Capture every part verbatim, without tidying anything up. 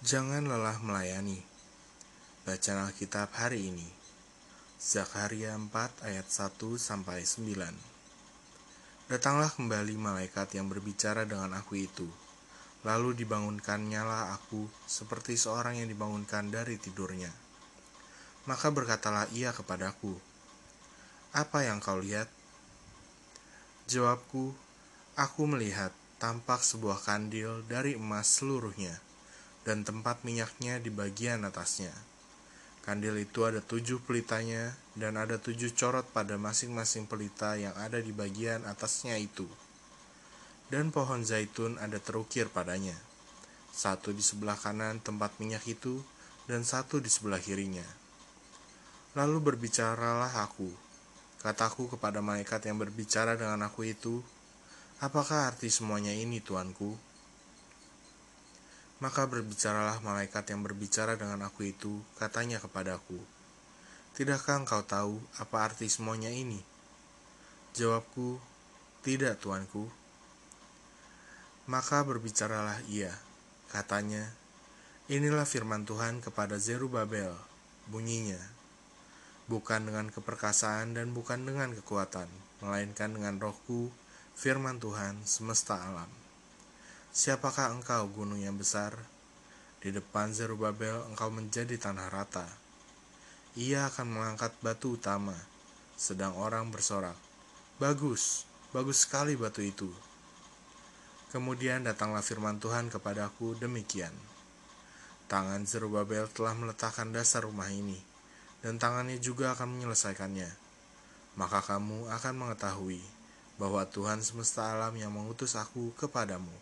Jangan lelah melayani. Bacaan Alkitab hari ini. Zakaria empat ayat satu sampai sembilan. Datanglah kembali malaikat yang berbicara dengan aku itu. Lalu dibangunkannyalah aku seperti seorang yang dibangunkan dari tidurnya. Maka berkatalah ia kepadaku, "Apa yang kau lihat?" Jawabku, "Aku melihat tampak sebuah kandil dari emas seluruhnya, dan tempat minyaknya di bagian atasnya. Kandil itu ada tujuh pelitanya, dan ada tujuh corot pada masing-masing pelita yang ada di bagian atasnya itu. Dan pohon zaitun ada terukir padanya, satu di sebelah kanan tempat minyak itu, dan satu di sebelah kirinya. Lalu berbicaralah aku, kataku kepada malaikat yang berbicara dengan aku itu, "Apakah arti semuanya ini, Tuanku?" Maka berbicaralah malaikat yang berbicara dengan aku itu, katanya kepadaku, "Tidakkah engkau tahu apa arti semuanya ini?" Jawabku, "Tidak, Tuanku." Maka berbicaralah ia, katanya, "Inilah firman Tuhan kepada Zerubabel, bunyinya, bukan dengan keperkasaan dan bukan dengan kekuatan, melainkan dengan Rohku, firman Tuhan semesta alam. Siapakah engkau, gunung yang besar? Di depan Zerubabel engkau menjadi tanah rata. Ia akan mengangkat batu utama, sedang orang bersorak, 'Bagus, bagus sekali batu itu.' Kemudian datanglah firman Tuhan kepadaku demikian, 'Tangan Zerubabel telah meletakkan dasar rumah ini, dan tangannya juga akan menyelesaikannya. Maka kamu akan mengetahui bahwa Tuhan semesta alam yang mengutus aku kepadamu.'"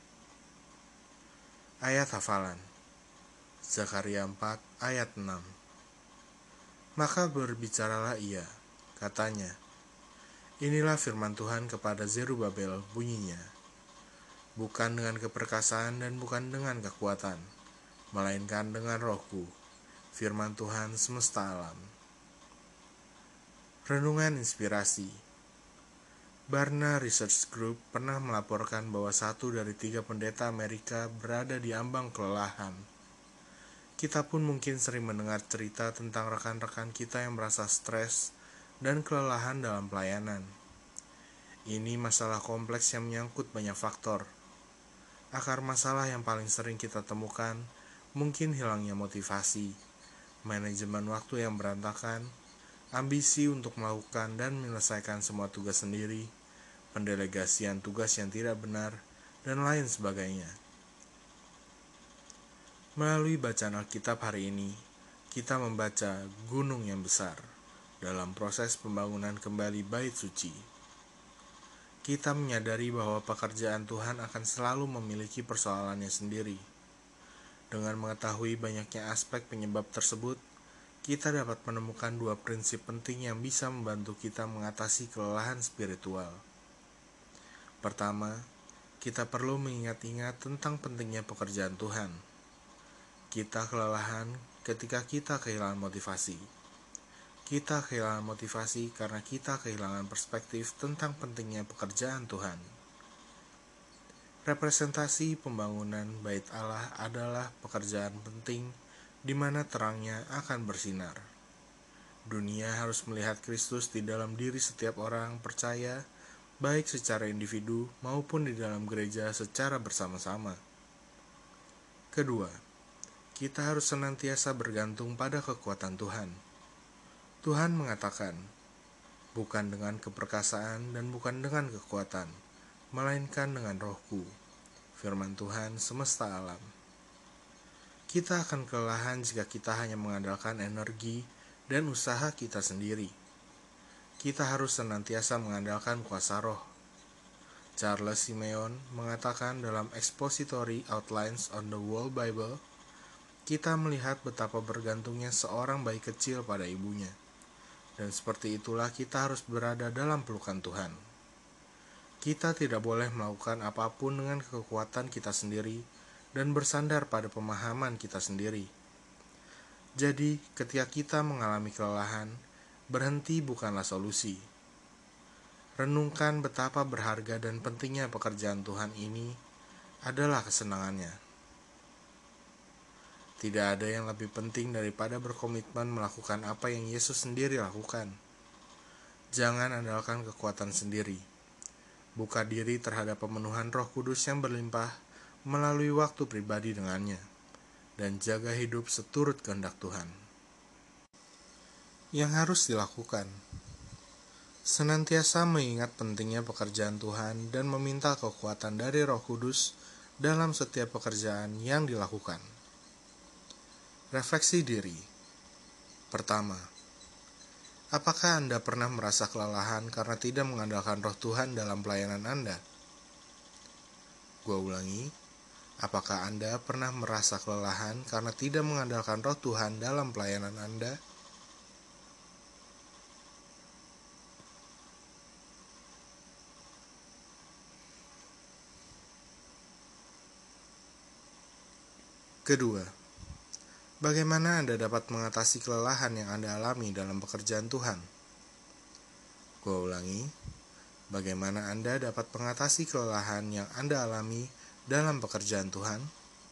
Ayat hafalan Zakaria empat ayat enam. Maka berbicaralah ia, katanya, "Inilah firman Tuhan kepada Zerubabel, bunyinya, bukan dengan keperkasaan dan bukan dengan kekuatan, melainkan dengan Rohku, firman Tuhan semesta alam." Renungan inspirasi. Barna Research Group pernah melaporkan bahwa satu dari tiga pendeta Amerika berada di ambang kelelahan. Kita pun mungkin sering mendengar cerita tentang rekan-rekan kita yang merasa stres dan kelelahan dalam pelayanan. Ini masalah kompleks yang menyangkut banyak faktor. Akar masalah yang paling sering kita temukan mungkin hilangnya motivasi, manajemen waktu yang berantakan, ambisi untuk melakukan dan menyelesaikan semua tugas sendiri, pendelegasian tugas yang tidak benar, dan lain sebagainya. Melalui bacaan Alkitab hari ini, kita membaca gunung yang besar dalam proses pembangunan kembali Bait Suci. Kita menyadari bahwa pekerjaan Tuhan akan selalu memiliki persoalannya sendiri. Dengan mengetahui banyaknya aspek penyebab tersebut, kita dapat menemukan dua prinsip penting yang bisa membantu kita mengatasi kelelahan spiritual. Pertama, kita perlu mengingat-ingat tentang pentingnya pekerjaan Tuhan. Kita kelelahan ketika kita kehilangan motivasi. Kita kehilangan motivasi karena kita kehilangan perspektif tentang pentingnya pekerjaan Tuhan. Representasi pembangunan Bait Allah adalah pekerjaan penting di mana terangnya akan bersinar. Dunia harus melihat Kristus di dalam diri setiap orang percaya, baik secara individu maupun di dalam gereja secara bersama-sama. Kedua, kita harus senantiasa bergantung pada kekuatan Tuhan. Tuhan mengatakan, "Bukan dengan keperkasaan dan bukan dengan kekuatan, melainkan dengan Rohku, firman Tuhan semesta alam." Kita akan kelelahan jika kita hanya mengandalkan energi dan usaha kita sendiri. Kita harus senantiasa mengandalkan kuasa roh. Charles Simeon mengatakan dalam Expository Outlines on the Whole Bible, kita melihat betapa bergantungnya seorang bayi kecil pada ibunya. Dan seperti itulah kita harus berada dalam pelukan Tuhan. Kita tidak boleh melakukan apapun dengan kekuatan kita sendiri dan bersandar pada pemahaman kita sendiri. Jadi, ketika kita mengalami kelelahan, berhenti bukanlah solusi. Renungkan betapa berharga dan pentingnya pekerjaan Tuhan ini adalah kesenangannya. Tidak ada yang lebih penting daripada berkomitmen melakukan apa yang Yesus sendiri lakukan. Jangan andalkan kekuatan sendiri. Buka diri terhadap pemenuhan Roh Kudus yang berlimpah melalui waktu pribadi dengannya, dan jaga hidup seturut kehendak Tuhan. Yang harus dilakukan: senantiasa mengingat pentingnya pekerjaan Tuhan dan meminta kekuatan dari Roh Kudus dalam setiap pekerjaan yang dilakukan. Refleksi diri. Pertama, apakah Anda pernah merasa kelelahan karena tidak mengandalkan Roh Tuhan dalam pelayanan Anda? Gua ulangi, apakah Anda pernah merasa kelelahan karena tidak mengandalkan Roh Tuhan dalam pelayanan Anda? Kedua, bagaimana Anda dapat mengatasi kelelahan yang Anda alami dalam pekerjaan Tuhan? Gua ulangi, bagaimana Anda dapat mengatasi kelelahan yang Anda alami dalam pekerjaan Tuhan?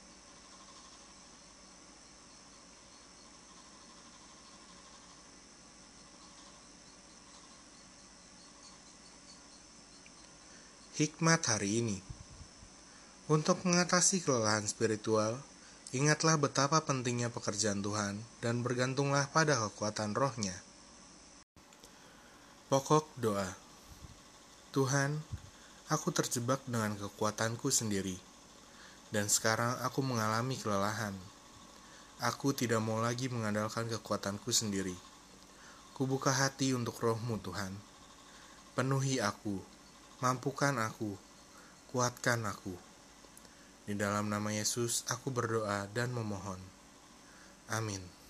Hikmat hari ini. Untuk mengatasi kelelahan spiritual, ingatlah betapa pentingnya pekerjaan Tuhan dan bergantunglah pada kekuatan Roh-Nya. Pokok doa. Tuhan, aku terjebak dengan kekuatanku sendiri, dan sekarang aku mengalami kelelahan. Aku tidak mau lagi mengandalkan kekuatanku sendiri. Kubuka hati untuk Roh-Mu, Tuhan. Penuhi aku, mampukan aku, kuatkan aku. Di dalam nama Yesus, aku berdoa dan memohon. Amin.